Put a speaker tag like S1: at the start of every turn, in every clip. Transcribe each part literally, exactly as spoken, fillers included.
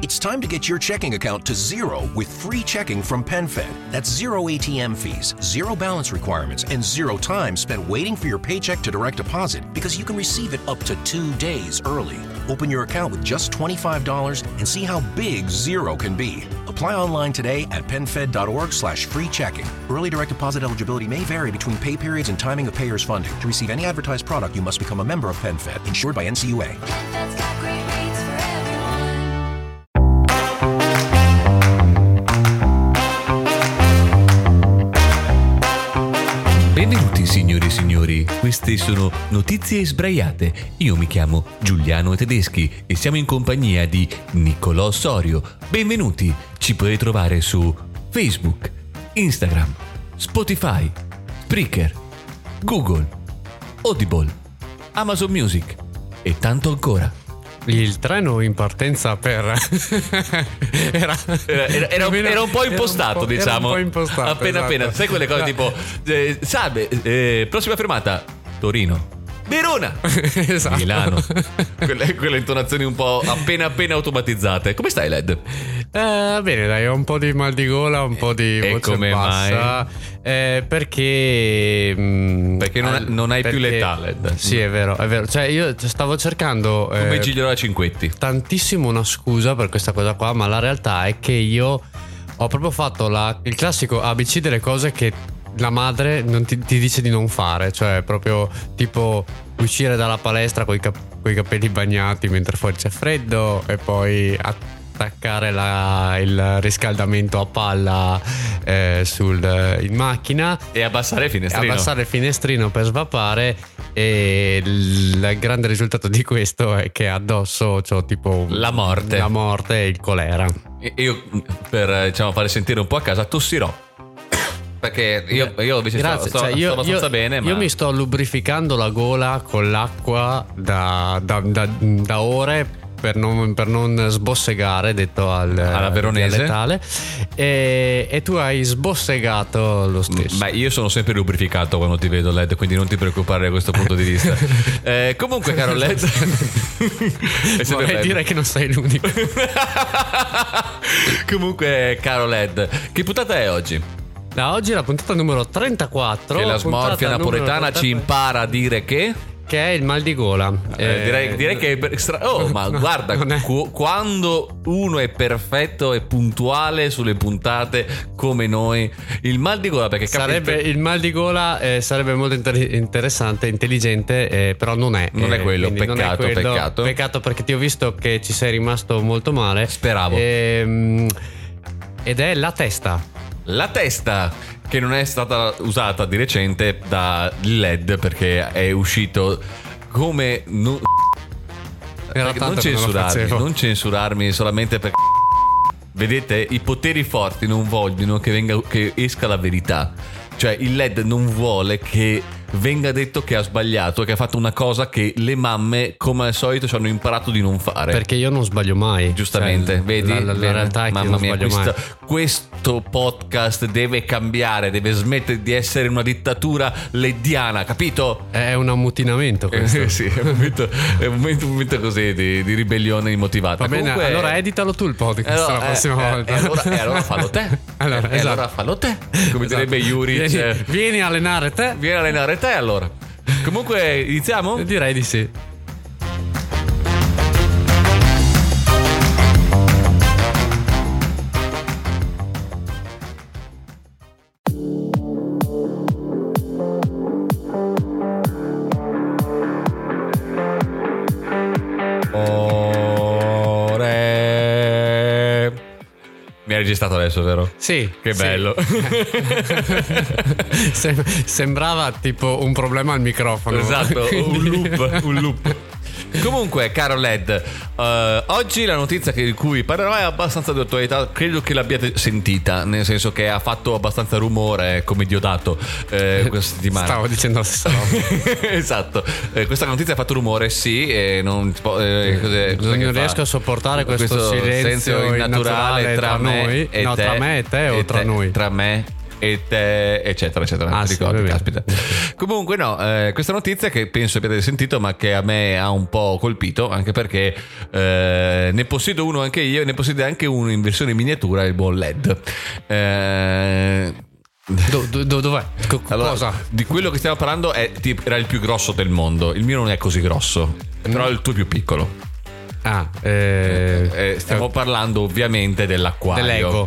S1: It's time to get your checking account to zero with free checking from PenFed. That's zero A T M fees, zero balance requirements, and zero time spent waiting for your paycheck to direct deposit because you can receive it up to two days early. Open your account with just twenty-five dollars and see how big zero can be. Apply online today at PenFed.org slash free checking. Early direct deposit eligibility may vary between pay periods and timing of payer's funding. To receive any advertised product, you must become a member of PenFed, insured by N C U A.
S2: PenFed's got great rates for everyone.
S3: Benvenuti signori e signori, queste sono Notizie Sbraiate. Io mi chiamo Giuliano Tedeschi e siamo in compagnia di Niccolò Osorio. Benvenuti, ci potete trovare su Facebook, Instagram, Spotify, Spreaker, Google, Audible, Amazon Music e tanto ancora.
S4: Il treno in partenza per era,
S3: Era, era, era, un, era un po' impostato,
S4: era un po',
S3: diciamo.
S4: era un po' impostato,
S3: appena
S4: esatto.
S3: appena. Sai quelle cose tipo eh, salve, eh, prossima fermata Torino, Verona,
S4: Esatto.
S3: Milano. Quelle, quelle intonazioni un po' appena appena automatizzate. Come stai, Led?
S4: Eh, bene, dai, ho un po' di mal di gola, un po' di
S3: E
S4: voce
S3: come
S4: bassa. Eh, perché mh,
S3: Perché non,
S4: eh,
S3: non hai più
S4: perché-
S3: l'età, Led.
S4: Sì, è vero, è vero. Cioè, io stavo cercando
S3: Come
S4: eh,
S3: Gigliola Cinquetti.
S4: tantissimo una scusa per questa cosa qua, ma la realtà è che io ho proprio fatto la, il classico A B C delle cose che la madre non ti, ti dice di non fare, cioè proprio tipo uscire dalla palestra con i capelli bagnati mentre fuori c'è freddo e poi attaccare la, il riscaldamento a palla eh, sul, in macchina
S3: E abbassare il
S4: e
S3: finestrino.
S4: abbassare il finestrino per svapare. E il grande risultato di questo è che addosso c'ho tipo
S3: La morte.
S4: la morte e il colera.
S3: E io, per diciamo fare sentire un po' a casa, tossirò. Perché io, io invece sto,
S4: Grazie,
S3: sto,
S4: cioè,
S3: sto
S4: io,
S3: abbastanza
S4: io-
S3: bene. Ma
S4: io mi sto lubrificando la gola con l'acqua da, da- da- da ore per non, per non sbossegare, detto al,
S3: Alla veronese.
S4: dialettale. E, e tu hai sbossegato lo stesso.
S3: Ma io sono sempre lubrificato quando ti vedo, Led, quindi non ti preoccupare da questo punto di vista. Eh, comunque, caro Led, è sempre
S4: Vorrei
S3: Led.
S4: dire che non sei l'unico.
S3: Comunque, caro Led, che puntata è oggi?
S4: Da oggi è la puntata numero trentaquattro.
S3: Che la
S4: puntata
S3: smorfia
S4: numero
S3: napoletana ci
S4: trentaquattro,
S3: impara a dire che...
S4: che è il mal di gola.
S3: Eh,
S4: Eh,
S3: direi, direi che è per- stra- oh, ma
S4: no,
S3: guarda,
S4: non è-
S3: qu- quando uno è perfetto e puntuale sulle puntate come noi, il mal di gola, perché
S4: Sarebbe
S3: capi-
S4: il mal di gola, eh, sarebbe molto inter- interessante, intelligente, eh, però non è.
S3: Non è
S4: eh,
S3: quello,
S4: quindi non è
S3: peccato,
S4: quello.
S3: peccato.
S4: Peccato, perché ti ho visto che ci sei rimasto molto male.
S3: Speravo.
S4: Ehm, ed è la testa.
S3: La testa, che non è stata usata di recente da Led perché è uscito come non,
S4: Era
S3: perché
S4: tanto
S3: non
S4: che non lo
S3: censurarmi,
S4: facevo.
S3: non censurarmi solamente perché vedete, i poteri forti non vogliono che venga che esca la verità. Cioè il Led non vuole che venga detto che ha sbagliato, che ha fatto una cosa che le mamme come al solito ci hanno imparato di non fare.
S4: Perché io non sbaglio mai.
S3: Giustamente,
S4: Cioè,
S3: vedi?
S4: La, la- la
S3: Vedi?
S4: realtà è che
S3: Mamma
S4: io non
S3: mia,
S4: sbaglio
S3: questo,
S4: mai.
S3: questo podcast deve cambiare, deve smettere di essere una dittatura leddiana, capito?
S4: È un ammutinamento questo.
S3: Eh, sì, è un momento, è un momento, un momento così di, di ribellione immotivata.
S4: Va bene,
S3: Comunque-
S4: allora editalo tu il podcast
S3: Allora,
S4: la prossima
S3: eh,
S4: volta.
S3: eh, allora, e allora fallo te.
S4: Allora,
S3: e
S4: esatto.
S3: allora fallo te. Come
S4: Esatto.
S3: direbbe Juric.
S4: Vieni,
S3: eh,
S4: vieni a allenare te.
S3: Vieni a allenare te allora. Comunque iniziamo?
S4: Direi di sì.
S3: Ore. Mi hai registrato adesso, vero?
S4: Sì.
S3: Che
S4: sì.
S3: bello.
S4: Sem- sembrava tipo un problema al microfono.
S3: Esatto, un
S4: Quindi-
S3: loop, un loop. Comunque, caro Led, eh, oggi la notizia che- di cui parlerò è abbastanza di attualità. Credo che l'abbiate sentita, nel senso che ha fatto abbastanza rumore come Diodato eh, questa settimana.
S4: Stavo dicendo la stessa roba.
S3: Esatto. Eh, questa notizia ha fatto rumore, sì, e non si può- eh, cos'è- cos'è
S4: Non
S3: che
S4: riesco
S3: fa?
S4: a sopportare questo, silenzio
S3: innaturale
S4: innaturale
S3: tra, me
S4: noi.
S3: e
S4: No,
S3: te,
S4: tra me e te o tra noi?
S3: Tra me e te, eccetera, eccetera.
S4: Ah,
S3: Ti
S4: sì,
S3: ricordi,
S4: va bene.
S3: caspita. Comunque, no, eh, questa notizia che penso abbiate sentito, ma che a me ha un po' colpito, anche perché eh, ne possiedo uno anche io, e ne possiede anche uno in versione miniatura, il buon L E D. Eh.
S4: Do- do- do- dov'è? Co-
S3: Allora,
S4: cosa?
S3: di quello che stiamo parlando è tipo, era il più grosso del mondo. Il mio non è così grosso, però il tuo è più piccolo.
S4: Ah, eh,
S3: Eh, stiamo parlando ovviamente dell'acquario.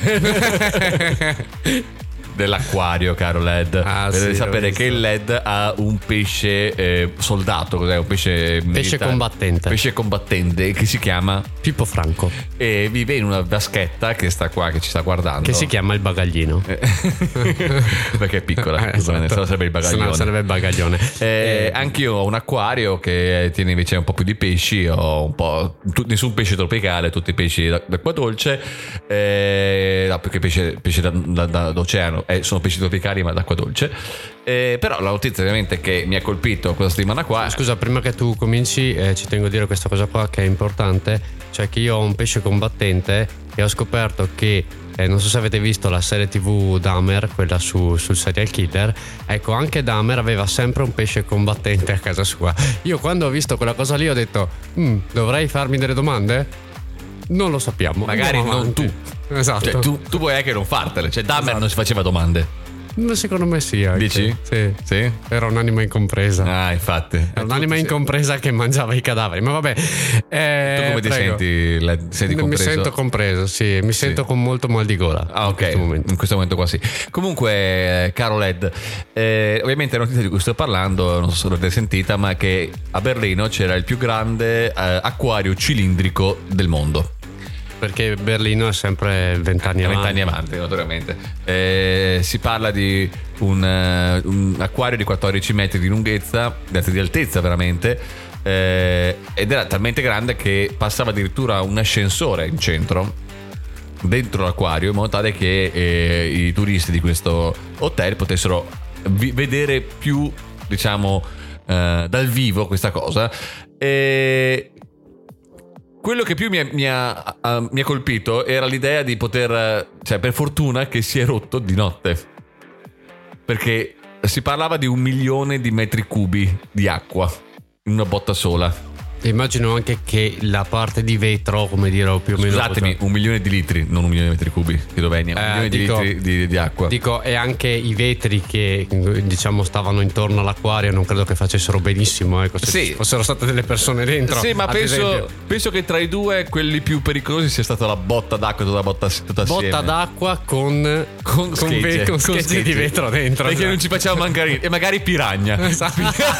S4: dell'Ego.
S3: Dell'acquario, caro L E D.
S4: Ah,
S3: Deve
S4: sì,
S3: sapere
S4: l'ho
S3: che il L E D ha un pesce eh, soldato, cos'è? Un pesce militare.
S4: combattente.
S3: Pesce combattente che si chiama
S4: Pippo Franco,
S3: e vive in una vaschetta che sta qua, che ci sta guardando.
S4: che si chiama il bagaglino.
S3: Perché è piccola,
S4: Eh, esatto.
S3: se no sarebbe il bagaglione.
S4: Se no sarebbe il bagaglione.
S3: Eh, anch'io ho un acquario che tiene invece un po' più di pesci, ho un po' tu- nessun pesce tropicale, tutti pesci da- d'acqua dolce, eh, no, perché pesce, pesce da, da- da- d'oceano eh, sono pesci tropicali ma d'acqua dolce. Eh, però la notizia ovviamente che mi ha colpito questa settimana qua.
S4: Scusa, prima che tu cominci, eh, ci tengo a dire questa cosa qua che è importante, cioè che io ho un pesce combattente e ho scoperto che eh, non so se avete visto la serie tv Dahmer, quella su, sul serial killer. Ecco, anche Dahmer aveva sempre un pesce combattente a casa sua. Io quando ho visto quella cosa lì ho detto "Mm, dovrei farmi delle domande? Non lo sappiamo,
S3: Magari
S4: andiamo
S3: non
S4: avanti." Esatto.
S3: Cioè, tu, tu puoi anche non fartele. Cioè, Dahmer
S4: Esatto.
S3: non si faceva domande.
S4: Secondo me sì, anche.
S3: Dici?
S4: Sì.
S3: Sì?
S4: Era un'anima incompresa.
S3: Ah, infatti.
S4: Era un'anima incompresa che mangiava i cadaveri. Ma vabbè. Eh,
S3: Tu come ti
S4: prego.
S3: senti? La- Senti
S4: Mi
S3: compreso?
S4: sento compreso, sì. Mi sento con molto mal di gola.
S3: Ah, ok,
S4: In questo momento.
S3: in questo momento qua sì. Comunque, eh, caro L E D, eh, ovviamente la notizia di cui sto parlando, non so se l'avete sentita, ma che a Berlino c'era il più grande eh, acquario cilindrico del mondo.
S4: Perché Berlino è sempre vent'anni avanti.
S3: vent'anni avanti, naturalmente. Eh, si parla di un, eh, un acquario di quattordici metri di lunghezza, di altezza veramente, eh, ed era talmente grande che passava addirittura un ascensore in centro, dentro l'acquario, in modo tale che eh, i turisti di questo hotel potessero vi- vedere più, diciamo, eh, dal vivo questa cosa. E quello che più mi ha, mi, ha, uh, mi ha colpito era l'idea di poter, cioè per fortuna che si è rotto di notte, perché si parlava di un milione di metri cubi di acqua in una botta sola.
S4: Immagino anche che la parte di vetro, come dirò più o meno.
S3: Scusatemi, un milione di litri, non un milione di metri cubi, chiedo venia, un
S4: Eh,
S3: milione
S4: dico-
S3: di litri di, di acqua.
S4: Dico, e anche i vetri che diciamo stavano intorno all'acquario non credo che facessero benissimo, ecco, se
S3: Sì.
S4: ci fossero state delle persone dentro.
S3: Sì, ma
S4: ad
S3: penso,
S4: esempio.
S3: penso che tra i due quelli più pericolosi sia stata la botta d'acqua, tutta la botta tutta
S4: Botta
S3: assieme.
S4: d'acqua con
S3: con
S4: con,
S3: schegge,
S4: ve- con
S3: con
S4: schegge
S3: schegge.
S4: di vetro dentro.
S3: Perché
S4: cioè.
S3: non ci facciamo mancare e magari piragna.
S4: Esatto.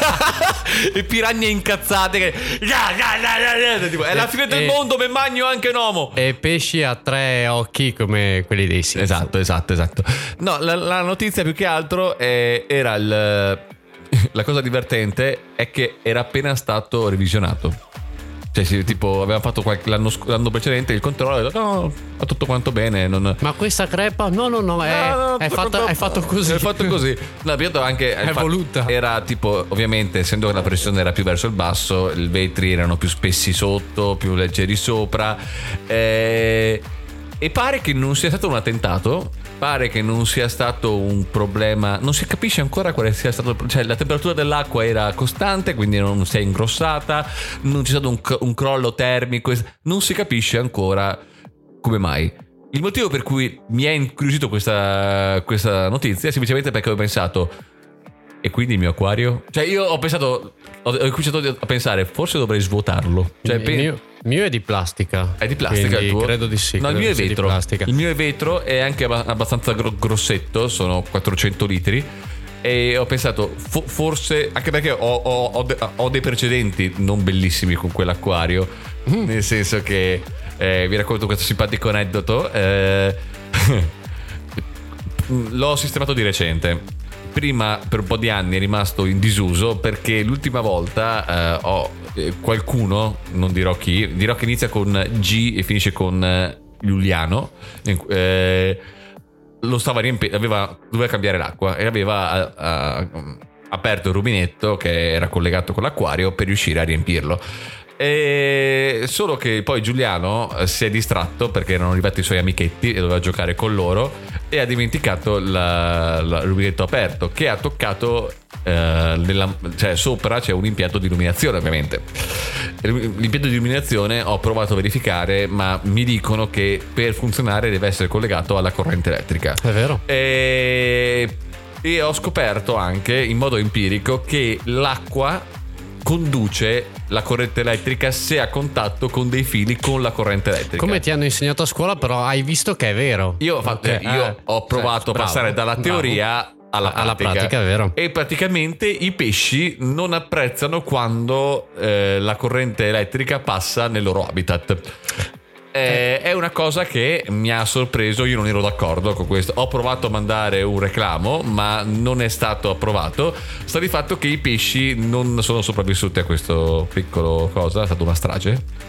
S3: E piragne incazzate che tipo, è la fine del
S4: E-
S3: mondo, me magno anche un uomo.
S4: E pesci a tre occhi come quelli dei Simpson.
S3: Esatto, esatto, esatto. No, la, la notizia più che altro è- era il la cosa divertente è che era appena stato revisionato. Cioè, sì, tipo, avevamo fatto qualche, l'anno, sc- l'anno precedente il controllo e ho detto, no, va tutto quanto bene. Non...
S4: Ma questa crepa? No, no, no, è,
S3: No, no,
S4: è,
S3: tutto
S4: fatta,
S3: quanto-
S4: è fatto così.
S3: È fatto così. No, io anche
S4: È voluta.
S3: Era tipo, ovviamente, essendo che la pressione era più verso il basso, i vetri erano più spessi sotto, più leggeri sopra. eh, E pare che non sia stato un attentato. Pare che non sia stato un problema. Non si capisce ancora quale sia stato il pro- cioè la temperatura dell'acqua era costante, quindi non si è ingrossata. Non c'è stato un, c- un crollo termico. Non si capisce ancora come mai. Il motivo per cui mi è incuriosito questa, questa notizia è semplicemente perché ho pensato, e quindi il mio acquario? Cioè io ho pensato, ho, ho cominciato a pensare, forse dovrei svuotarlo. Cioè,
S4: il,
S3: pe-
S4: mio, il mio è di plastica.
S3: è di plastica
S4: quindi
S3: il tuo?
S4: Credo di sì.
S3: No, il
S4: credo
S3: mio è
S4: sia di
S3: vetro.
S4: plastica.
S3: Il mio è vetro, è anche abba- abbastanza gro- grossetto, sono quattrocento litri. E ho pensato, fo- forse, anche perché ho, ho- ho de- ho dei precedenti non bellissimi con quell'acquario,
S4: Mm.
S3: nel senso che eh, vi racconto questo simpatico aneddoto. Eh, l'ho sistemato di recente. Prima per un po' di anni è rimasto in disuso perché l'ultima volta eh, ho eh, qualcuno, non dirò chi, dirò che inizia con G e finisce con eh, Giuliano, eh, lo stava riempiendo, aveva, doveva cambiare l'acqua e aveva eh, eh, aperto il rubinetto che era collegato con l'acquario per riuscire a riempirlo. E solo che poi Giuliano si è distratto perché erano arrivati i suoi amichetti e doveva giocare con loro e ha dimenticato la, la, il rubinetto aperto, che ha toccato eh, nella, cioè sopra c'è un impianto di illuminazione, ovviamente. L'impianto di illuminazione ho provato a verificare, ma mi dicono che per funzionare deve essere collegato alla corrente elettrica.
S4: È vero.
S3: E, e ho scoperto anche in modo empirico che l'acqua conduce la corrente elettrica se a contatto con dei fili con la corrente elettrica.
S4: Come ti hanno insegnato a scuola, però hai visto che è vero.
S3: Io ho, fatto,
S4: Okay.
S3: io
S4: Eh,
S3: ho provato
S4: certo,
S3: a passare
S4: bravo,
S3: dalla
S4: bravo.
S3: teoria alla pratica.
S4: Alla pratica, è vero.
S3: E praticamente i pesci non apprezzano quando eh, la corrente elettrica passa nel loro habitat. Eh, è una cosa che mi ha sorpreso, io non ero d'accordo con questo. Ho provato a mandare un reclamo, ma non è stato approvato. Sta di fatto che i pesci non sono sopravvissuti a questo piccolo cosa, è stata una strage.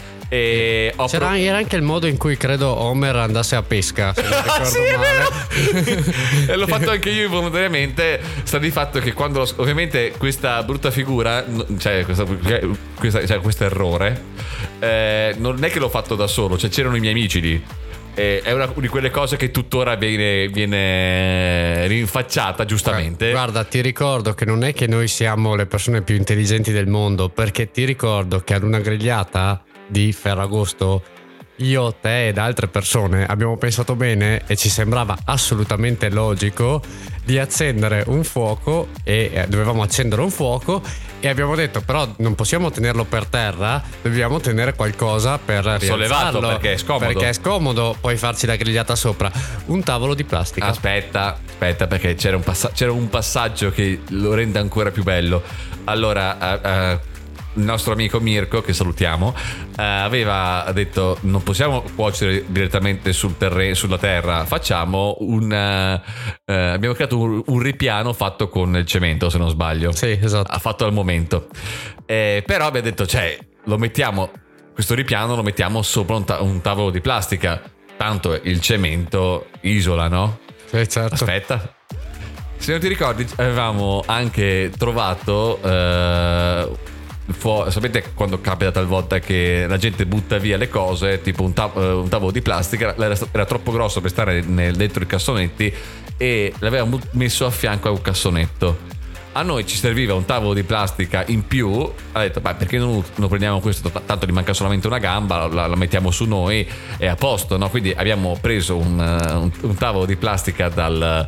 S3: E ho
S4: C'era,
S3: pro-
S4: era anche il modo in cui credo Homer andasse a pesca, se non ricordo
S3: Sì, è
S4: male.
S3: e l'ho fatto anche io involontariamente. Sta di fatto che quando lo- ovviamente questa brutta figura, cioè questa, questa- cioè questo errore, eh, non è che l'ho fatto da solo, cioè c'erano i miei amici lì. Eh, è una di quelle cose che tuttora viene, viene rinfacciata giustamente.
S4: Guarda, ti ricordo che non è che noi siamo le persone più intelligenti del mondo, perché ti ricordo che ad una grigliata di Ferragosto io, te ed altre persone abbiamo pensato bene e ci sembrava assolutamente logico di accendere un fuoco e eh, dovevamo accendere un fuoco e abbiamo detto però non possiamo tenerlo per terra, dobbiamo tenere qualcosa per
S3: Sollevato,
S4: rialzarlo,
S3: perché è scomodo.
S4: perché è scomodo poi farci la grigliata sopra. Un tavolo di plastica.
S3: Aspetta, aspetta, perché c'era un, passa- c'era un passaggio che lo rende ancora più bello. Allora, uh, uh, il nostro amico Mirko, che salutiamo, uh, aveva detto: non possiamo cuocere direttamente sul terreno, sulla terra, facciamo un. Uh, uh, abbiamo creato un, un ripiano fatto con il cemento, se non sbaglio.
S4: Sì, esatto.
S3: Ha fatto al momento. Eh, però abbiamo detto, cioè, lo mettiamo. Questo ripiano lo mettiamo sopra un, ta- un tavolo di plastica. Tanto il cemento isola, no?
S4: Sì, certo.
S3: Aspetta. Se non ti ricordi, avevamo anche trovato. Eh, fu- sapete quando capita talvolta che la gente butta via le cose, tipo un, tav- un tavolo di plastica, era, era troppo grosso per stare nel- dentro i cassonetti e l'avevamo messo a fianco a un cassonetto. A noi ci serviva un tavolo di plastica in più. Ha detto, beh, perché non, non prendiamo questo? T- tanto gli manca solamente una gamba, la, la mettiamo su noi, è a posto, no? Quindi abbiamo preso un, un, un tavolo di plastica dal.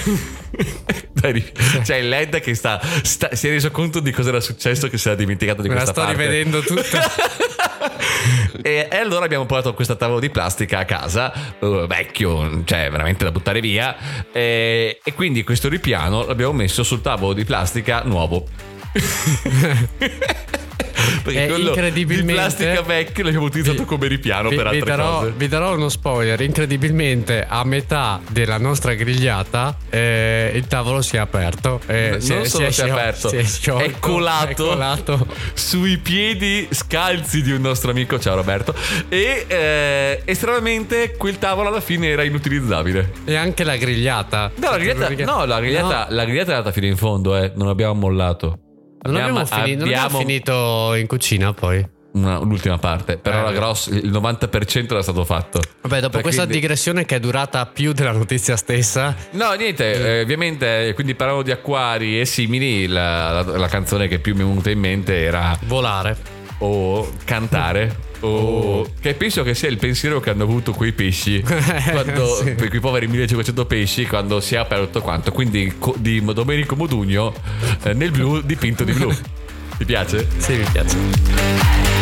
S3: Dai, c'è il L E D che sta, sta si è reso conto di cosa era successo, che si era dimenticato di
S4: Me la
S3: questa
S4: sto
S3: parte.
S4: rivedendo tutta.
S3: E, e allora abbiamo portato questo tavolo di plastica a casa, uh, vecchio, cioè veramente da buttare via, e, e quindi questo ripiano l'abbiamo messo sul tavolo di plastica nuovo. Perché
S4: E
S3: quello
S4: incredibilmente-
S3: di plastica vecchio l'abbiamo utilizzato
S4: Vi-
S3: come ripiano
S4: vi,
S3: per
S4: vi
S3: altre
S4: darò,
S3: cose.
S4: vi darò uno spoiler. Incredibilmente, a metà della nostra grigliata, eh, il tavolo si è aperto. Eh,
S3: Non
S4: si è,
S3: solo si è
S4: sciol-
S3: aperto,
S4: si è, sciolto,
S3: è colato,
S4: è colato.
S3: sui piedi scalzi di un nostro amico, ciao Roberto, e eh, estremamente quel tavolo alla fine era inutilizzabile.
S4: E anche la grigliata.
S3: No, la grigliata, no, la grigliata,
S4: No.
S3: la grigliata è andata fino in fondo, eh. Non abbiamo mollato.
S4: Non abbiamo, fini- non abbiamo finito in cucina poi.
S3: una- l'ultima parte, però
S4: Eh.
S3: la grossa, il novanta per cento era stato fatto.
S4: Vabbè, dopo
S3: Per
S4: questa
S3: quindi-
S4: digressione che è durata più della notizia stessa.
S3: No, niente, eh, ovviamente, quindi parlavo di acquari e simili, la, la- la canzone che più mi è venuta in mente era
S4: Volare.
S3: o cantare. O che penso che sia il pensiero che hanno avuto quei pesci quando,
S4: Sì.
S3: quei poveri millecinquecento pesci quando si è aperto quanto, quindi co- di Domenico Modugno eh, nel blu dipinto di blu. Ti piace?
S4: Sì, mi piace.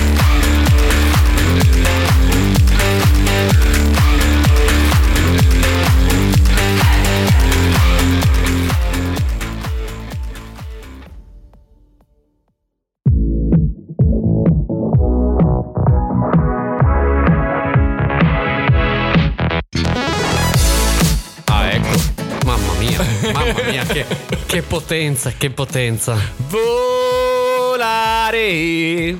S3: Ah, ecco.
S4: Mamma mia, mamma mia, che, che potenza, che potenza.
S3: Volare.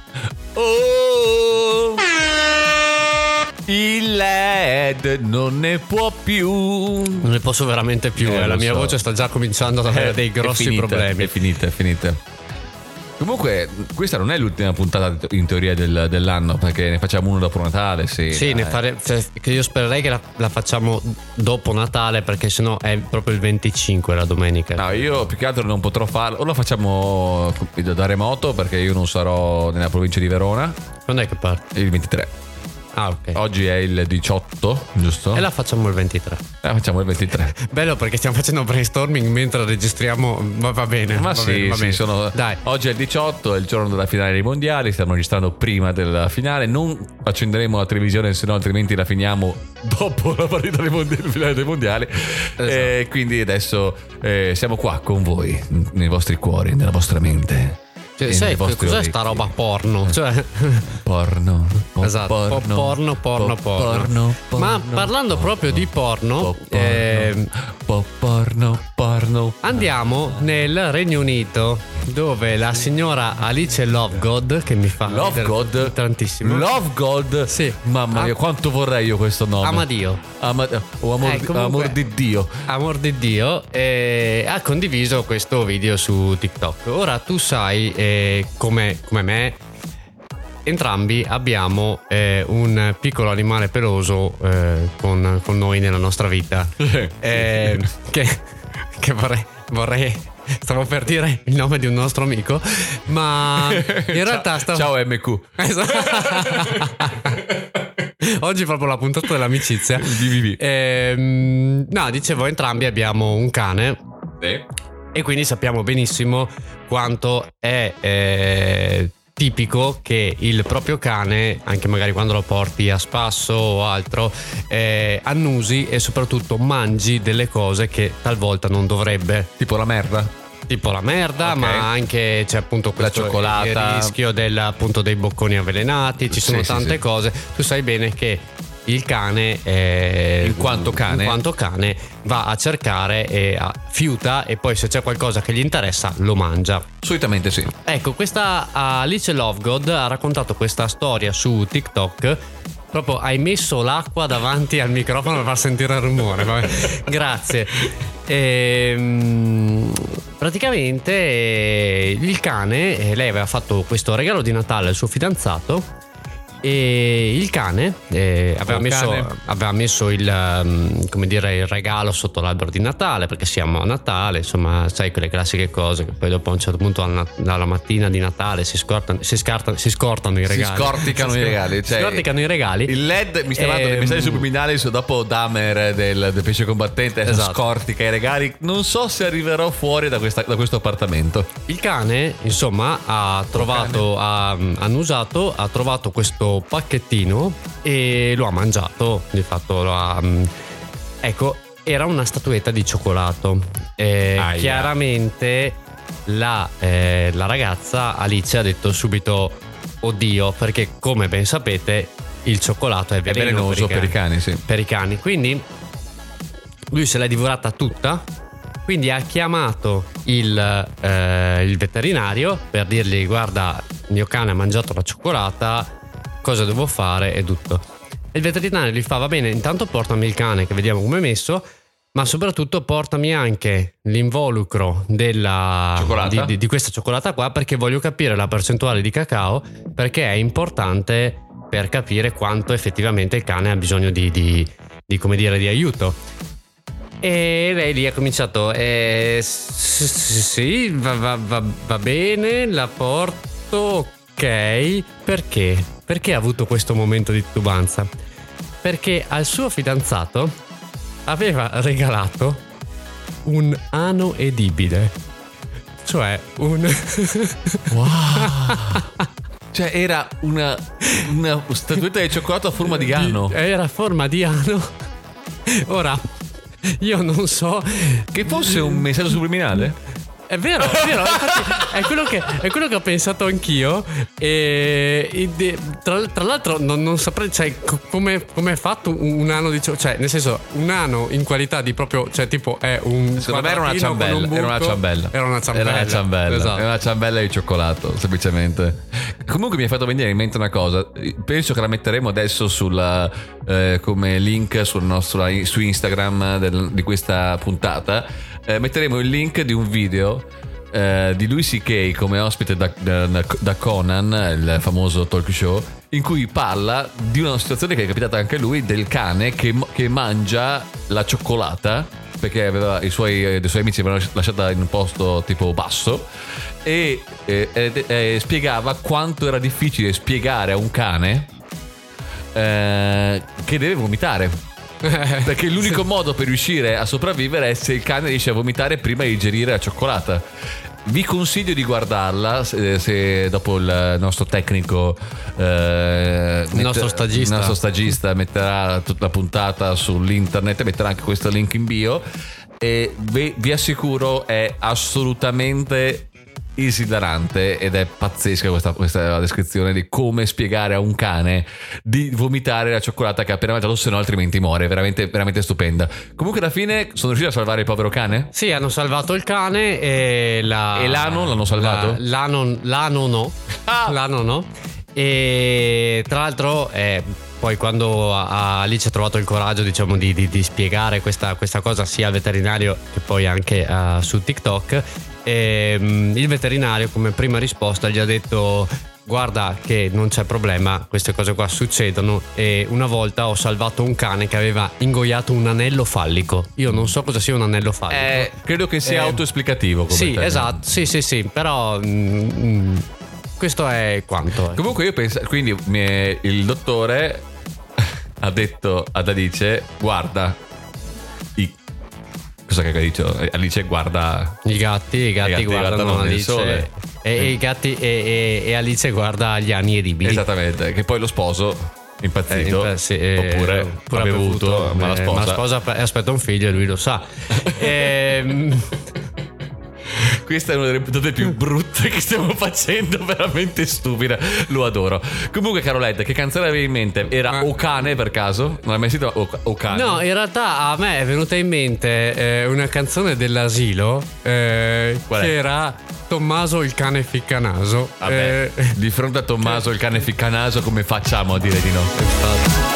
S3: Oh. Il L E D non ne può più.
S4: Non ne posso veramente più,
S3: Eh,
S4: eh, la
S3: lo
S4: mia
S3: so.
S4: voce sta già cominciando ad avere
S3: Eh,
S4: dei
S3: è
S4: grossi
S3: finita,
S4: problemi.
S3: È finita, è finita. Comunque, questa non è l'ultima puntata in teoria del- dell'anno, perché ne facciamo uno dopo Natale. Sì,
S4: Sì, ne
S3: dai.
S4: fare, cioè, che io spererei che la, la facciamo dopo Natale, perché sennò è proprio il venticinque la domenica.
S3: No, io più che altro non potrò farlo. O lo facciamo da remoto, perché io non sarò nella provincia di Verona.
S4: Quando è che parte?
S3: Il ventitré.
S4: Ah, ok.
S3: Oggi è il diciotto, giusto?
S4: E la facciamo il ventitré.
S3: Eh, facciamo il ventitré.
S4: Bello, perché stiamo facendo brainstorming mentre registriamo. Va, va bene.
S3: Ma
S4: va
S3: sì,
S4: bene, va
S3: sì,
S4: bene.
S3: sono...
S4: Dai.
S3: Oggi è il diciotto, è il giorno della finale dei mondiali. Stiamo registrando prima della finale. Non accenderemo la televisione, se no altrimenti la finiamo dopo la partita dei mondiali, finale dei mondiali. E quindi adesso eh, siamo qua con voi, nei vostri cuori, nella vostra mente.
S4: Cioè,
S3: e
S4: sai
S3: nei vostri
S4: cos'è
S3: orecchi.
S4: sta roba porno? Cioè,
S3: Porno, po-
S4: esatto, po- porno, porno,
S3: po-
S4: porno.
S3: porno,
S4: Ma parlando proprio di porno,
S3: po- porno,
S4: ehm,
S3: po- porno, porno.
S4: andiamo nel Regno Unito, dove la signora Alice Lovegood, che mi fa
S3: Love
S4: ridere
S3: God,
S4: tantissimo,
S3: Love God,
S4: Sì.
S3: mamma mia,
S4: Ah.
S3: quanto vorrei io questo nome.
S4: Amadio,
S3: Ama- o amor,
S4: Eh,
S3: di-
S4: comunque-
S3: amor di Dio.
S4: amor di Dio, eh, ha condiviso questo video su TikTok. Ora tu sai, eh, come, come me, entrambi abbiamo eh, un piccolo animale peloso eh, con, con noi nella nostra vita. Eh, che, che vorrei, vorrei stavo per dire il nome di un nostro amico, ma in realtà stavo...
S3: Ciao M Q.
S4: Oggi è proprio la puntata dell'amicizia.
S3: Vi, vi, vi.
S4: Ehm, no, dicevo, entrambi abbiamo un cane
S3: Sì.
S4: e quindi sappiamo benissimo quanto è eh, tipico che il proprio cane, anche magari quando lo porti a spasso o altro, eh, annusi e soprattutto mangi delle cose che talvolta non dovrebbe.
S3: Tipo la merda.
S4: Tipo la merda,
S3: Ok.
S4: ma anche c'è appunto questo
S3: La cioccolata.
S4: il rischio del, appunto dei bocconi avvelenati. Ci sono
S3: Sì, sì,
S4: tante
S3: sì.
S4: cose. Tu sai bene che il cane, eh,
S3: In quanto cane.
S4: in quanto cane va a cercare e a, fiuta, e poi se c'è qualcosa che gli interessa lo mangia.
S3: Solitamente sì.
S4: Ecco, questa Alice Lovegood ha raccontato questa storia su TikTok. Proprio hai messo l'acqua davanti al microfono per far sentire il rumore. Vabbè. Grazie. Ehm, praticamente eh, il cane, eh, lei aveva fatto questo regalo di Natale al suo fidanzato. E il cane, eh, aveva,
S3: Oh,
S4: messo,
S3: cane.
S4: aveva messo il, um, come dire, il regalo sotto l'albero di Natale, perché siamo a Natale, insomma, sai, quelle classiche cose che poi dopo a un certo punto alla, alla mattina di Natale si scortano, si scartano, si scortano i
S3: Si
S4: regali.
S3: scorticano
S4: Si
S3: i
S4: scor-
S3: regali.
S4: si
S3: Cioè,
S4: scorticano i regali.
S3: Il L E D mi stai mandando dei
S4: Ehm,
S3: messaggi subliminali su dopo Dahmer del, del pesce combattente. Adesso
S4: Esatto.
S3: scortica i regali. Non so se arriverò fuori da, questa- da questo appartamento.
S4: Il cane, insomma, ha trovato, ha ha annusato, ha trovato questo pacchettino e lo ha mangiato. Di fatto lo ha. Ecco, era una statuetta di cioccolato. Eh,
S3: Aia.
S4: chiaramente la, eh, la ragazza Alice ha detto subito oddio, perché come ben sapete il cioccolato è
S3: È
S4: veleno
S3: velenoso per i cani, sì.
S4: per i cani. Quindi lui se l'è divorata tutta. Quindi ha chiamato il, eh, il veterinario per dirgli guarda, il mio cane ha mangiato la cioccolata, cosa devo fare e tutto. E il veterinario gli fa va bene, intanto portami il cane che vediamo come è messo, ma soprattutto portami anche l'involucro della,
S3: Cioccolata?
S4: di, di- di questa cioccolata qua, perché voglio capire la percentuale di cacao, perché è importante per capire quanto effettivamente il cane ha bisogno di, di, di, come dire, di aiuto. E lei lì ha cominciato eh, s- s- sì, va, va- va- va bene, la porto, ok. Perché? Perché ha avuto questo momento di titubanza? Perché al suo fidanzato aveva regalato un ano edibile. Cioè un...
S3: Cioè, era una, una statuetta di cioccolato a forma di ano.
S4: Era a forma di ano. Ora, io non so...
S3: Che fosse un messaggio subliminale?
S4: È vero, è vero, infatti è quello che, è quello che ho pensato anch'io. E, e de- tra, tra l'altro non, non saprei, cioè, co- come come è fatto un, un ano di cio- cioè, nel senso, un ano in qualità di proprio, cioè, tipo è un
S3: Secondo me era una
S4: quadratino con
S3: ciambella.
S4: un
S3: Era una
S4: buco.
S3: ciambella.
S4: Era una ciambella.
S3: Era una ciambella.
S4: Esatto.
S3: Era una ciambella di cioccolato, semplicemente. Comunque mi hai fatto venire in mente una cosa. Penso che la metteremo adesso sulla, eh, come link sul nostro, su Instagram del- di questa puntata. Eh, metteremo il link di un video eh, di Louis C K come ospite da, da, da Conan, il famoso talk show, in cui parla di una situazione che è capitata anche a lui, del cane che, che mangia la cioccolata, perché aveva i suoi, i suoi amici l'avevano lasciata in un posto tipo basso, e eh, eh, eh, spiegava quanto era difficile spiegare a un cane eh, che deve vomitare, perché l'unico modo per riuscire a sopravvivere è se il cane riesce a vomitare prima di digerire la cioccolata. Vi consiglio di guardarla se, se dopo il nostro tecnico eh,
S4: il nostro stagista
S3: il nostro stagista metterà tutta la puntata sull'internet, metterà anche questo link in bio, e vi, vi assicuro è assolutamente esilarante ed è pazzesca questa, questa descrizione di come spiegare a un cane di vomitare la cioccolata che ha appena mangiato, se no altrimenti muore. Veramente, veramente stupenda. Comunque alla fine sono riusciti a salvare il povero cane?
S4: Sì, hanno salvato il cane e la
S3: e l'ano l'hanno salvato?
S4: La, l'ano, l'ano no ah. l'ano no e tra l'altro eh, poi quando Alice ha trovato il coraggio, diciamo, di, di, di spiegare questa, questa cosa sia al veterinario che poi anche uh, su TikTok, e, um, il veterinario come prima risposta gli ha detto: guarda che non c'è problema, queste cose qua succedono, e una volta ho salvato un cane che aveva ingoiato un anello fallico. Io non so cosa sia un anello fallico,
S3: eh, credo che sia eh, autoesplicativo come
S4: sì
S3: termine.
S4: Esatto, sì sì sì, però mm, mm, questo è quanto eh.
S3: Comunque io penso, quindi mi, il dottore ha detto ad Alice: guarda i cosa che ha detto Alice? Guarda
S4: i gatti, i gatti,
S3: i gatti
S4: guardano,
S3: guardano
S4: Alice,
S3: nel sole.
S4: E, e i gatti e, e, e Alice guarda gli anni edibili.
S3: Esattamente, che poi lo sposo impazzito,
S4: eh, impa- sì, eh,
S3: oppure
S4: ha
S3: bevuto,
S4: bevuto,
S3: ma la sposa,
S4: ma la sposa aspetta un figlio e lui lo sa. ehm
S3: Questa è una delle puntate più brutte che stiamo facendo, veramente stupida, lo adoro. Comunque, caro Led, che canzone avevi in mente? Era ah. O Cane, per caso? Non hai mai sentito O, o Cane?
S4: No, in realtà a me è venuta in mente eh, una canzone dell'asilo eh, che era Tommaso il cane ficcanaso.
S3: Vabbè, eh, di fronte a Tommaso il cane ficcanaso come facciamo a dire di no?
S4: Infatti.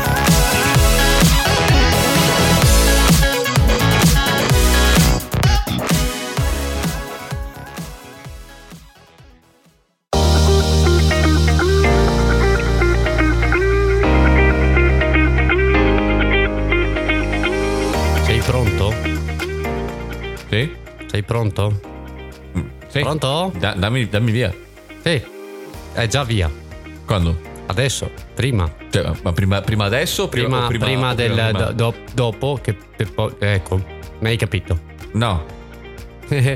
S3: Sì?
S4: Sei pronto?
S3: Sì.
S4: Pronto?
S3: Da, dammi, dammi via.
S4: Sì. È già via.
S3: Quando?
S4: Adesso. Prima.
S3: Cioè, ma prima, prima adesso? Prima,
S4: prima,
S3: prima,
S4: prima del
S3: prima, prima?
S4: Do, dopo che, che poi, ecco, mi hai capito?
S3: No.
S4: Che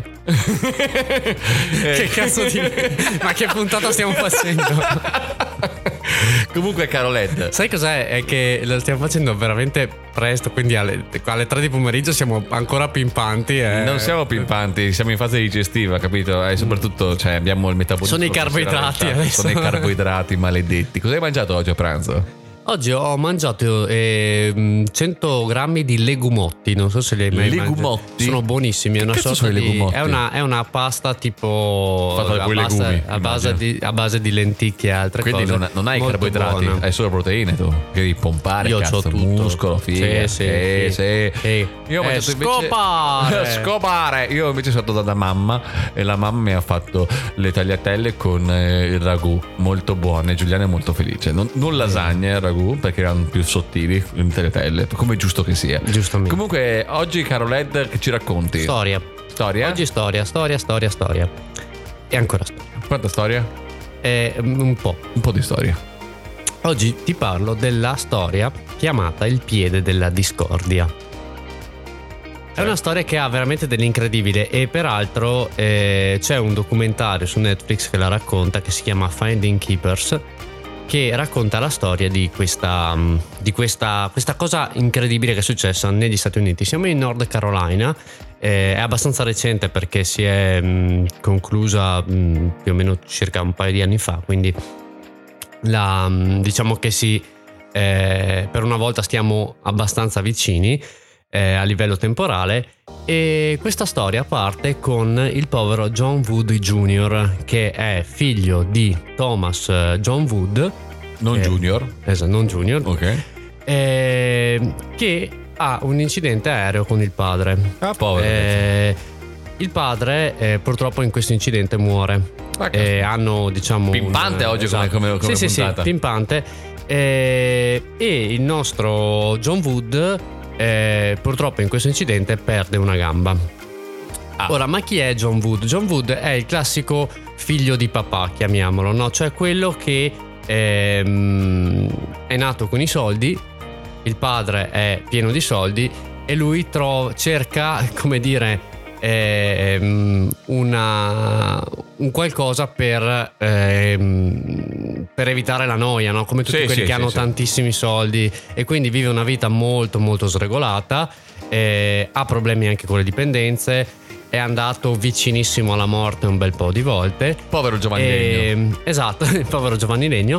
S4: cazzo di... Ma che puntata stiamo facendo?
S3: Comunque, caro Led,
S4: sai cos'è? È che lo stiamo facendo veramente presto, quindi alle, alle tre di pomeriggio siamo ancora pimpanti. E...
S3: non siamo pimpanti, siamo in fase digestiva, capito? E soprattutto, cioè, abbiamo il metabolismo.
S4: Sono i carboidrati adesso.
S3: Sono i carboidrati maledetti. Cosa hai mangiato oggi a pranzo?
S4: Oggi ho mangiato eh, cento grammi di legumotti. Non so se li hai mai
S3: legumotti?
S4: mangiati. Sono buonissimi. È una
S3: sorta
S4: sorta
S3: di
S4: legumotti? È una, è una pasta tipo
S3: fatta da quei
S4: base,
S3: legumi,
S4: a, base di, a base di lenticchie e altre
S3: quindi
S4: cose.
S3: Quindi non, non hai carboidrati,
S4: buona.
S3: Hai solo proteine tu. Che devi pompare.
S4: Io
S3: cazzo,
S4: c'ho tutto.
S3: Muscolo, figa.
S4: Sì, sì,
S3: eh,
S4: sì.
S3: sì.
S4: sì.
S3: Io ho
S4: eh,
S3: mangiato invece
S4: scopare.
S3: Scopare. Io invece sono stato da mamma e la mamma mi ha fatto le tagliatelle con eh, il ragù, molto buone. Giuliana è molto felice. Non, non lasagne il ragù, perché erano più sottili, in tagliatelle, come è giusto che sia.
S4: Giustamente.
S3: Comunque oggi, caro Led, che ci racconti?
S4: Storia.
S3: Storia?
S4: Oggi storia, storia, storia, storia. E ancora storia.
S3: Quanta storia?
S4: Eh, un po'.
S3: Un po' di storia.
S4: Oggi ti parlo della storia chiamata Il piede della discordia. È una storia che ha veramente dell'incredibile, e peraltro eh, c'è un documentario su Netflix che la racconta, che si chiama Finding Keepers, che racconta la storia di questa, di questa, questa cosa incredibile che è successa negli Stati Uniti. Siamo in North Carolina, eh, è abbastanza recente perché si è mh, conclusa mh, più o meno circa un paio di anni fa, quindi la, mh, diciamo che si, eh, per una volta stiamo abbastanza vicini eh, a livello temporale. E questa storia parte con il povero John Wood Junior, che è figlio di Thomas John Wood,
S3: non
S4: eh,
S3: Junior,
S4: esatto, non Junior,
S3: ok,
S4: eh, che ha un incidente aereo con il padre.
S3: Ah, povero.
S4: Eh, il padre eh, purtroppo in questo incidente muore.
S3: Ah,
S4: Eh, hanno diciamo
S3: Pimpante
S4: un,
S3: oggi come- come- come
S4: sì, sì,
S3: puntata.
S4: sì, pimpante. Eh, e il nostro John Wood eh, purtroppo in questo incidente perde una gamba.
S3: Ah.
S4: Ora, ma chi è John Wood? John Wood è il classico figlio di papà, chiamiamolo, no? Cioè quello che ehm, è nato con i soldi, il padre è pieno di soldi e lui trova, cerca, come dire, ehm, una, un qualcosa per, ehm, per evitare la noia, no? Come tutti
S3: Sì,
S4: quelli
S3: sì,
S4: che
S3: sì,
S4: hanno
S3: sì.
S4: tantissimi soldi, e quindi vive una vita molto molto sregolata, eh, ha problemi anche con le dipendenze, è andato vicinissimo alla morte un bel po' di volte.
S3: Povero Giovanni Legno.
S4: E- esatto, il povero Giovanni Legno.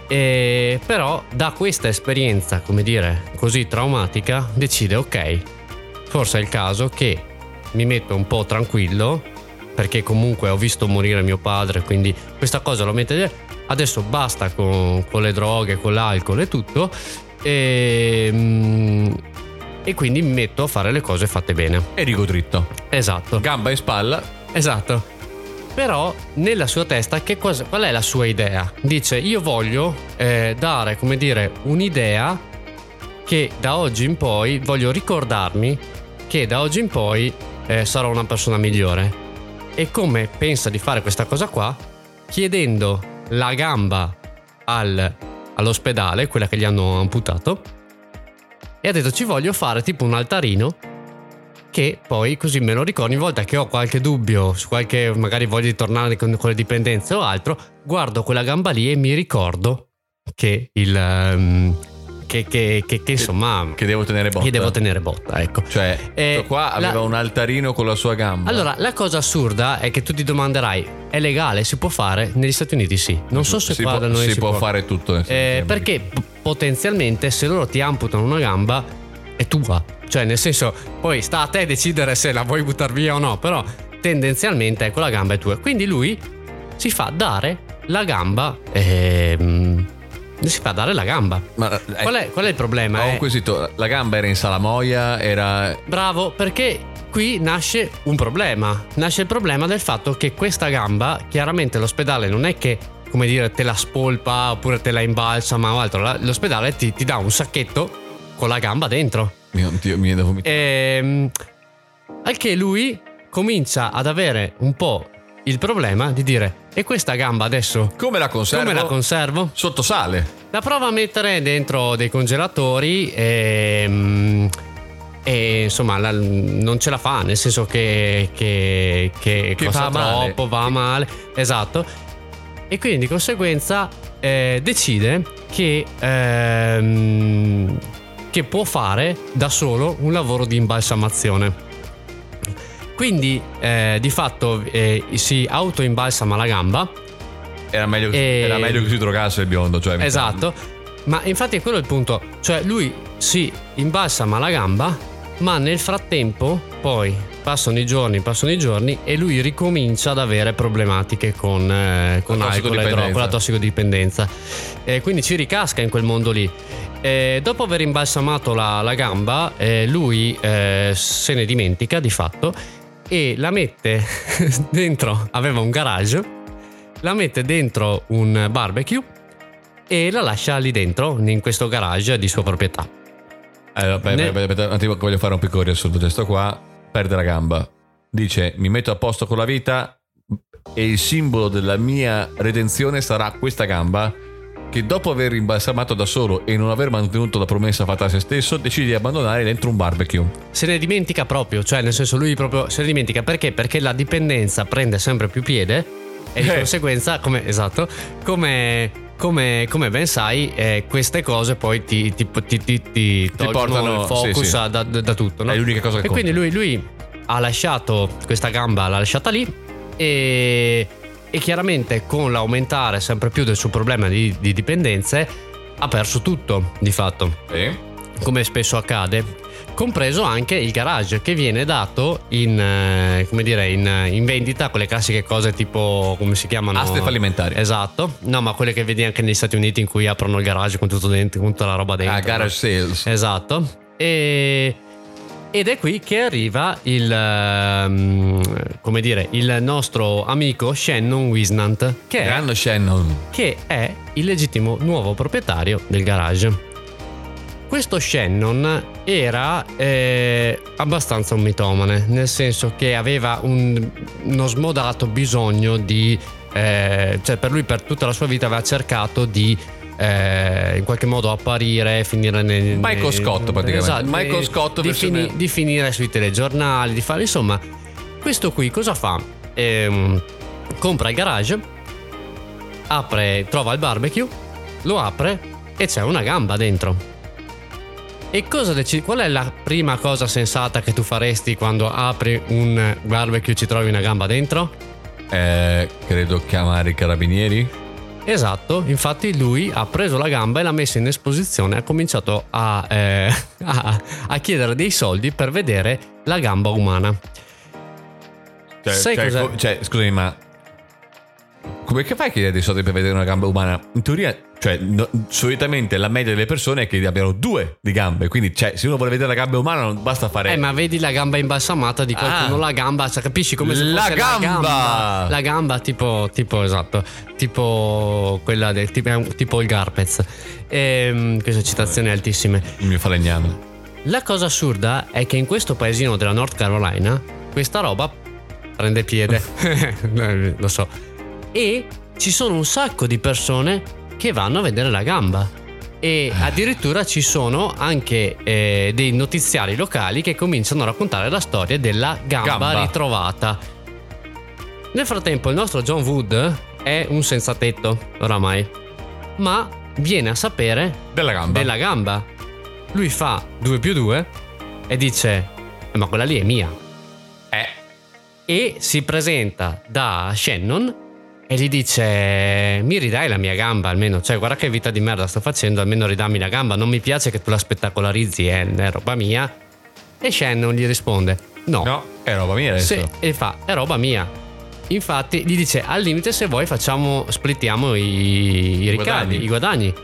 S4: E però da questa esperienza, come dire, così traumatica, decide: ok, forse è il caso che mi metto un po' tranquillo, perché comunque ho visto morire mio padre, quindi questa cosa lo mette. Adesso basta con, con le droghe, con l'alcol e tutto, e, mm, e quindi mi metto a fare le cose fatte bene.
S3: E rigo dritto.
S4: Esatto.
S3: Gamba in spalla.
S4: Esatto. Però nella sua testa che cosa, qual è la sua idea? Dice: io voglio eh, dare, come dire, un'idea che da oggi in poi voglio ricordarmi che da oggi in poi eh, sarò una persona migliore. E come pensa di fare questa cosa qua? Chiedendo la gamba al, all'ospedale, quella che gli hanno amputato, e ha detto: ci voglio fare tipo un altarino, che poi così me lo ricordo ogni volta che ho qualche dubbio su qualche, magari voglio di tornare con, con le dipendenze o altro, guardo quella gamba lì e mi ricordo che il um, che, che, che, che insomma
S3: Che devo tenere botta.
S4: che devo tenere botta, ecco.
S3: Cioè,
S4: Eh,
S3: questo qua aveva
S4: la-
S3: un altarino con la sua gamba.
S4: Allora, la cosa assurda è che tu ti domanderai: è legale? Si può fare? Negli Stati Uniti sì. Non so se
S3: si
S4: qua
S3: può,
S4: da noi
S3: si
S4: si
S3: può
S4: può
S3: fare tutto. nel
S4: Eh,
S3: senso,
S4: perché p- potenzialmente se loro ti amputano una gamba è tua, cioè nel senso, poi sta a te decidere se la vuoi buttare via o no, però tendenzialmente quella gamba è tua. Quindi lui si fa dare la gamba, ehm, si fa dare la gamba.
S3: Ma, eh,
S4: Qual è, qual è il problema?
S3: Ho un
S4: Eh,
S3: quesito. La gamba era in salamoia, era...
S4: bravo, perché qui nasce un problema. Nasce il problema del fatto che questa gamba, chiaramente l'ospedale non è che, come dire, te la spolpa oppure te la imbalsama o altro. La- L'ospedale ti, ti dà un sacchetto con la gamba dentro.
S3: Mio Dio, mi devo vomitare.
S4: Ehm, al che lui comincia ad avere un po' il problema di dire: e questa gamba adesso
S3: Come la conservo?
S4: come la conservo?
S3: Sotto sale.
S4: La prova a mettere dentro dei congelatori e, e insomma la- non ce la fa, nel senso che, che, che,
S3: Che
S4: costa
S3: va male.
S4: troppo, va male, esatto. E quindi di conseguenza eh, decide che, ehm, che può fare da solo un lavoro di imbalsamazione. Quindi eh, di fatto eh, si autoimbalsama la gamba.
S3: Era meglio, che-
S4: E-
S3: era meglio che si drogasse il biondo. Cioè, mi
S4: Esatto, ma infatti è quello il punto, cioè lui si imbalsama la gamba, ma nel frattempo poi passano i giorni, passano i giorni e lui ricomincia ad avere problematiche con, eh, con
S3: La
S4: alcol e
S3: tossicodipendenza.
S4: droga, con la tossicodipendenza. E quindi ci ricasca in quel mondo lì. E dopo aver imbalsamato la, la gamba, eh, lui eh, se ne dimentica di fatto e la mette dentro, aveva un garage, la mette dentro un barbecue e la lascia lì dentro, in questo garage di sua proprietà.
S3: Allora, aspetta,
S4: Ne-
S3: aspetta, aspetta, un attimo, voglio fare un piccolo riassunto. Gesto qua, perde la gamba. Dice: mi metto a posto con la vita e il simbolo della mia redenzione sarà questa gamba, che dopo aver imbalsamato da solo e non aver mantenuto la promessa fatta a se stesso, decide di abbandonare dentro un barbecue.
S4: Se ne dimentica proprio, cioè nel senso lui proprio se ne dimentica perché? Perché la dipendenza prende sempre più piede e di
S3: Eh.
S4: conseguenza, come esatto, come, come, come ben sai, eh, queste cose poi ti, ti, ti, ti, ti tolgono
S3: portano-
S4: il focus
S3: sì, sì.
S4: Da, da- da tutto, no?
S3: È l'unica cosa che
S4: E quindi lui, lui ha lasciato questa gamba, l'ha lasciata lì e, e chiaramente con l'aumentare sempre più del suo problema di, di dipendenze ha perso tutto di fatto,
S3: Sì.
S4: come spesso accade, compreso anche il garage che viene dato in, eh, come dire, in, in vendita, quelle classiche cose tipo, come si chiamano?
S3: Aste fallimentari.
S4: Esatto, no, ma quelle che vedi anche negli Stati Uniti in cui aprono il garage con tutto dentro, con tutta la roba dentro.
S3: Ah, garage
S4: no?
S3: sales.
S4: Esatto. E Ed è qui che arriva il, um, come dire, il nostro amico Shannon Wisnant, che è,
S3: Grande Shannon.
S4: che è il legittimo nuovo proprietario del garage. Questo Shannon era eh, abbastanza un mitomane, nel senso che aveva un, uno smodato bisogno di... Eh, cioè per lui per tutta la sua vita aveva cercato di eh, in qualche modo apparire, finire nel...
S3: Michael Scott praticamente.
S4: Esatto,
S3: Michael
S4: di,
S3: Scott
S4: di,
S3: versione-
S4: fini- di finire sui telegiornali, di fare... Insomma, questo qui cosa fa? Ehm, compra il garage, apre, trova il barbecue, lo apre e c'è una gamba dentro. E cosa decidi? Qual è la prima cosa sensata che tu faresti quando apri un barbecue e ci trovi una gamba dentro?
S3: Eh, credo chiamare i carabinieri.
S4: Esatto, infatti lui ha preso la gamba e l'ha messa in esposizione e ha cominciato a, eh, a, a chiedere dei soldi per vedere la gamba umana.
S3: Cioè,
S4: Sai
S3: cioè,
S4: cos'è?
S3: co- cioè, scusami, ma come che fai a chiedere dei soldi per vedere una gamba umana? In teoria, cioè, no, solitamente la media delle persone è che abbiano due di gambe. Quindi, cioè, se uno vuole vedere la gamba umana, non basta fare.
S4: Eh, ma vedi la gamba imbalsamata di qualcuno,
S3: Ah.
S4: la gamba, cioè, capisci come se
S3: La
S4: fosse
S3: gamba!
S4: la gamba, la gamba tipo, tipo esatto, tipo quella del tipo, tipo il Garpez. Ehm, queste citazioni altissime.
S3: Il mio falegname.
S4: La cosa assurda è che in questo paesino della North Carolina questa roba prende piede. Lo so. E ci sono un sacco di persone che vanno a vedere la gamba. E addirittura ci sono anche eh, dei notiziari locali che cominciano a raccontare la storia della gamba,
S3: Gamba.
S4: ritrovata. Nel frattempo il nostro John Wood è un senzatetto oramai, ma viene a sapere
S3: Della gamba.
S4: della gamba. Lui fa due più due e dice "Eh, ma quella lì è mia".
S3: Eh.
S4: E si presenta da Shannon e gli dice "mi ridai la mia gamba almeno, cioè guarda che vita di merda sto facendo, almeno ridammi la gamba, non mi piace che tu la spettacolarizzi, è, è roba mia". E Shannon gli risponde no,
S3: No, è roba mia adesso.
S4: Se- e fa è roba mia. Infatti gli dice al limite se vuoi facciamo, splittiamo i, i ricavi,
S3: guadagni.
S4: i guadagni.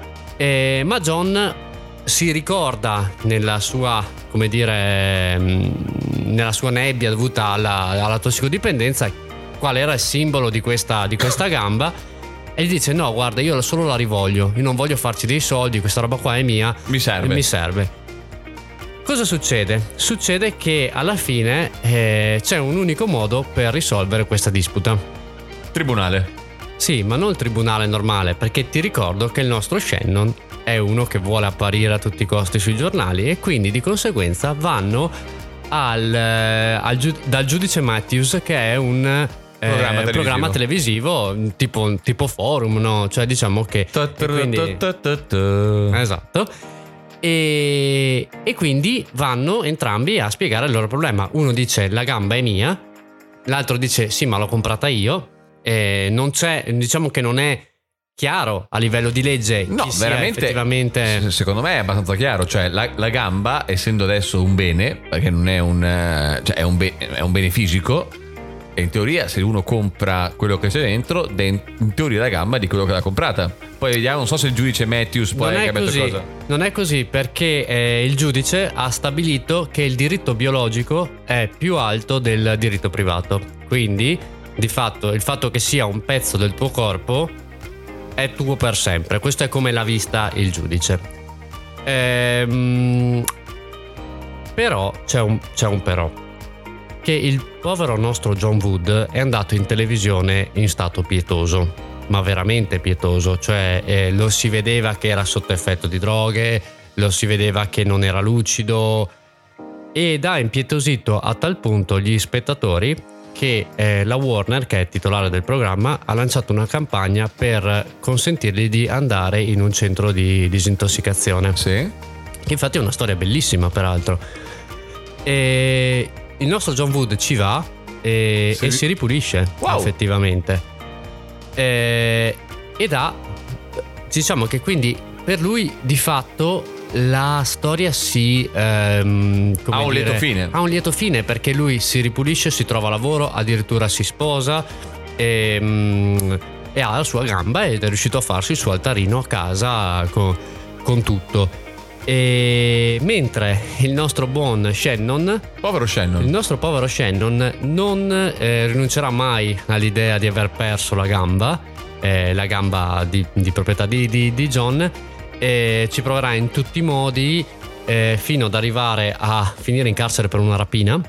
S4: Eh, ma John si ricorda nella sua, come dire, mh, nella sua nebbia dovuta alla, alla tossicodipendenza qual era il simbolo di questa, di questa gamba, e gli dice no guarda io solo la rivoglio, io non voglio farci dei soldi, questa roba qua è mia,
S3: Mi serve.
S4: mi serve. Cosa succede? Succede che alla fine eh, c'è un unico modo per risolvere questa disputa.
S3: Tribunale.
S4: Sì, ma non il tribunale normale, perché ti ricordo che il nostro Shannon è uno che vuole apparire a tutti i costi sui giornali e quindi di conseguenza vanno al, eh, al giu- dal giudice Matthews, che è un eh,
S3: Programma televisivo.
S4: programma televisivo tipo, tipo forum, no? Cioè diciamo che... e quindi- Esatto. E, e quindi vanno entrambi a spiegare il loro problema. Uno dice la gamba è mia, l'altro dice sì ma l'ho comprata io. E non c'è, diciamo che non è chiaro a livello di legge
S3: No,
S4: chi sia
S3: veramente.
S4: effettivamente.
S3: se- Secondo me è abbastanza chiaro. Cioè, la, la gamba, essendo adesso un bene, perché non è un. eh, cioè, è un, be- è un bene fisico. E in teoria, se uno compra quello che c'è dentro, den- in teoria la gamba è di quello che l'ha comprata. Poi vediamo, non so se il giudice Matthews poi
S4: Non
S3: ha
S4: è,
S3: cambiato
S4: così,
S3: cosa.
S4: non è così perché eh, il giudice ha stabilito che il diritto biologico è più alto del diritto privato. Quindi, di fatto, il fatto che sia un pezzo del tuo corpo è tuo per sempre. Questo è come l'ha vista il giudice. Ehm, però c'è un, c'è un però. Che il povero nostro John Wood è andato in televisione in stato pietoso, ma veramente pietoso, cioè eh, lo si vedeva che era sotto effetto di droghe, lo si vedeva che non era lucido, ed ha impietosito a tal punto gli spettatori che eh, la Warner, che è titolare del programma, ha lanciato una campagna per consentirgli di andare in un centro di disintossicazione.
S3: Sì.
S4: Che infatti è una storia bellissima, peraltro. E il nostro John Wood ci va e
S3: Si
S4: e
S3: ri-
S4: si ripulisce,
S3: Wow.
S4: effettivamente. E, ed ha, diciamo che quindi per lui di fatto la storia si ehm, come
S3: Ha un
S4: dire,
S3: lieto fine.
S4: ha un lieto fine, perché lui si ripulisce, si trova lavoro, addirittura si sposa e, mm, e ha la sua gamba ed è riuscito a farsi il suo altarino a casa con, con tutto. E mentre il nostro buon Shannon,
S3: Povero Shannon.
S4: il nostro povero Shannon, non eh, rinuncerà mai all'idea di aver perso la gamba, eh, la gamba di, di proprietà di, di, di John, e ci proverà in tutti i modi eh, fino ad arrivare a finire in carcere per una rapina,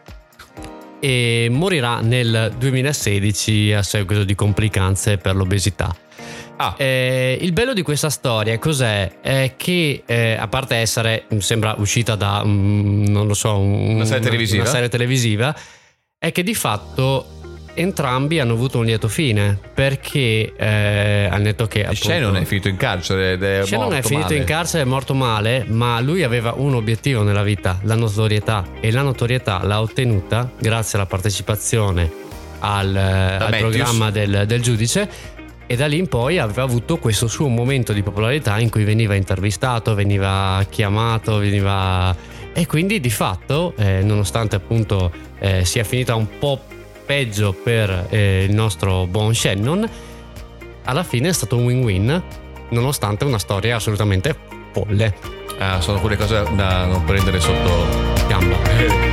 S4: e morirà nel duemilasedici a seguito di complicanze per l'obesità.
S3: Ah.
S4: Eh, il bello di questa storia cos'è? È che eh, a parte essere, sembra uscita da mm, non lo so, un-
S3: Una serie televisiva.
S4: una serie televisiva, è che di fatto entrambi hanno avuto un lieto fine, perché eh, al netto che appunto,
S3: Shannon è finito in carcere ed è
S4: Shannon
S3: morto
S4: è finito
S3: male.
S4: in carcere, è morto male, ma lui aveva un obiettivo nella vita, la notorietà, e la notorietà l'ha ottenuta grazie alla partecipazione al, al
S3: Matthews.
S4: programma del, del giudice, e da lì in poi aveva avuto questo suo momento di popolarità in cui veniva intervistato, veniva chiamato, veniva... e quindi di fatto, eh, nonostante appunto eh, sia finita un po' peggio per eh, il nostro buon Shannon, alla fine è stato un win-win, nonostante una storia assolutamente folle.
S3: Ah, sono quelle cose da non prendere sotto
S4: Gamba.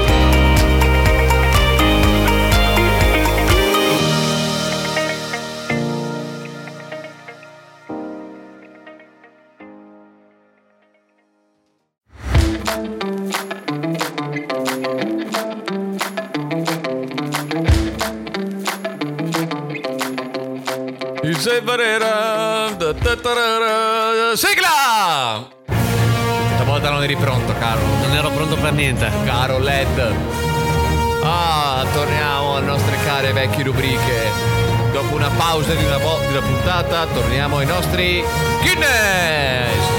S3: Il Sevarera. Sigla! Stavolta non eri pronto, caro.
S4: Non ero pronto per niente.
S3: Caro Led. Ah, torniamo alle nostre care vecchie rubriche. Dopo una pausa di una, vo- di una puntata, torniamo ai nostri Guinness.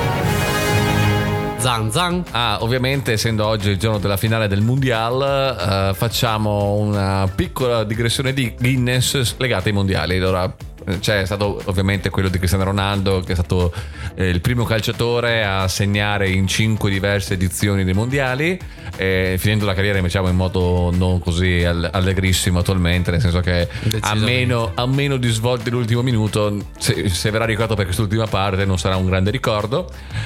S4: Zan zan.
S3: Ah, ovviamente, essendo oggi il giorno della finale del Mondial, eh, facciamo una piccola digressione di Guinness legata ai mondiali. Allora, c'è stato ovviamente quello di Cristiano Ronaldo, che è stato eh, il primo calciatore a segnare in cinque diverse edizioni dei mondiali, eh, finendo la carriera diciamo in modo non così all- allegrissimo attualmente, nel senso che a
S4: Decisamente.
S3: meno, a meno di svolte dell'ultimo minuto, se, se verrà ricordato per quest'ultima parte non sarà un grande ricordo.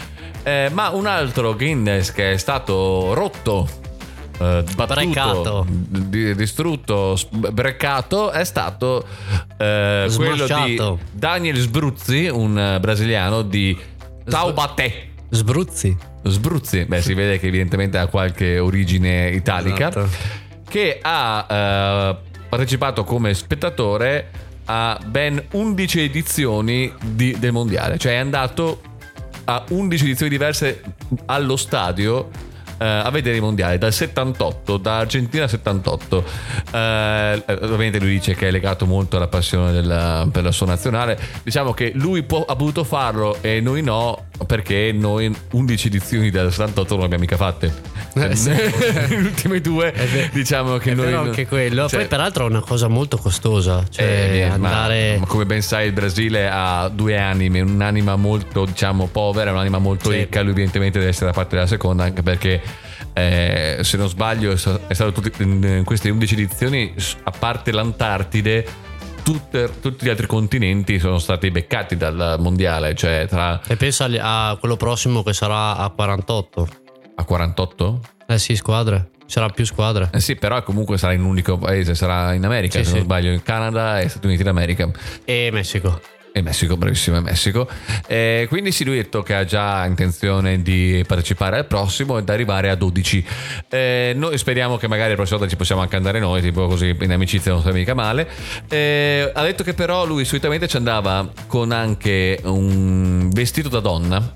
S3: Eh, ma un altro Guinness che è stato rotto, eh, battuto,
S4: Breccato.
S3: di- distrutto, s- breccato, è stato eh, quello di
S4: Smasciato.
S3: Daniel Sbruzzi, un eh, brasiliano di Taubaté.
S4: Sbruzzi.
S3: Sbruzzi, beh, si vede che evidentemente ha qualche origine italica,
S4: Esatto.
S3: che ha eh, partecipato come spettatore a ben undici edizioni di- del mondiale, cioè è andato a undici edizioni diverse allo stadio eh, a vedere i mondiali dal settantotto, da Argentina settantotto. Eh, ovviamente lui dice che è legato molto alla passione della, per la sua nazionale. Diciamo che lui può, ha potuto farlo e noi no, perché noi undici edizioni dal settantotto non le abbiamo mica fatte.
S4: Eh, sì.
S3: Le ultime due
S4: È ver-
S3: diciamo che
S4: È
S3: noi
S4: vero anche quello.
S3: cioè,
S4: Poi peraltro è una cosa molto costosa, cioè
S3: eh, ma-
S4: andare...
S3: ma, come ben sai il Brasile ha due anime, un'anima molto diciamo povera e un'anima molto
S4: Sì.
S3: ricca. Lui evidentemente deve essere da parte della seconda, anche perché eh, se non sbaglio è sta- è stato tutti, in queste undici edizioni, a parte l'Antartide, tutte- tutti gli altri continenti sono stati beccati dal mondiale, cioè tra
S4: E pensa agli- a quello prossimo che sarà a quarantotto.
S3: a quarantotto.
S4: Eh sì, squadre. C'era più squadre.
S3: Eh sì, però comunque sarà in un unico paese, sarà in America,
S4: Sì,
S3: se
S4: sì.
S3: non sbaglio, in Canada e Stati Uniti d'America.
S4: E Messico.
S3: E Messico, bravissimo, è Messico. Eh, quindi sì, lui ha detto che ha già intenzione di partecipare al prossimo ed arrivare a dodici. Eh, noi speriamo che magari la prossima volta ci possiamo anche andare noi, tipo così in amicizia non sta mica male. Eh, ha detto che però lui solitamente ci andava con anche un vestito da donna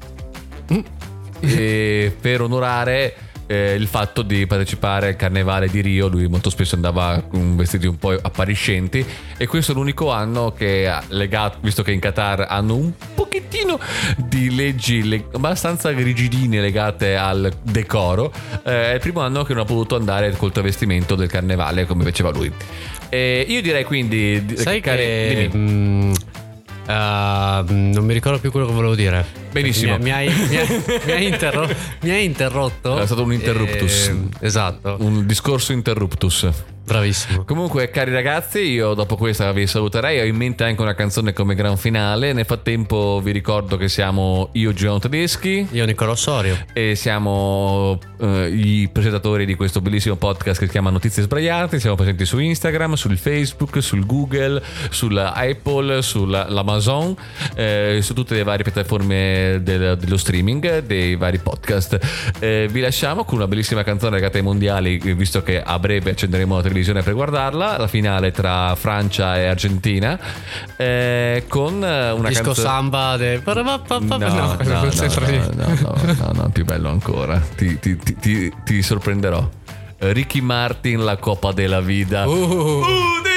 S3: e per onorare eh, il fatto di partecipare al carnevale di Rio. Lui molto spesso andava con vestiti un po' appariscenti, e questo è l'unico anno che ha legato, visto che in Qatar hanno un pochettino di leggi le- abbastanza rigidine legate al decoro, eh, è il primo anno che non ha potuto andare col travestimento del carnevale come faceva lui. E io direi quindi di-
S4: Sai
S3: cari-
S4: che...
S3: dimmi.
S4: mm, eh, non mi ricordo più quello che volevo dire.
S3: Benissimo.
S4: Mi, mi hai, mi hai- mi hai interro- mi hai interrotto.
S3: È stato un interruptus.
S4: Eh, esatto.
S3: Un discorso interruptus.
S4: Bravissimo.
S3: Comunque, cari ragazzi, io dopo questa vi saluterei. Ho in mente anche una canzone come gran finale. Nel frattempo vi ricordo che siamo io, Giuliano Tedeschi,
S4: Io Nicolò Osorio.
S3: e siamo eh, i presentatori di questo bellissimo podcast che si chiama Notizie Sbraiate. Siamo presenti su Instagram, sul Facebook, sul Google, sulla Apple, sull'Amazon, eh, su tutte le varie piattaforme del- dello streaming dei vari podcast. Eh, vi lasciamo con una bellissima canzone legata ai mondiali, visto che a breve accenderemo la televisione per guardarla, la finale tra Francia e Argentina, eh, con eh, una
S4: Disco
S3: canzone.
S4: samba de...
S3: No,
S4: no,
S3: no,
S4: non
S3: no,
S4: c'entra
S3: no,
S4: niente.
S3: no, no, no, no, più bello ancora. Ti, ti- ti- ti- ti sorprenderò. Ricky Martin, La Coppa della Vida.
S4: Uh.
S3: Uh,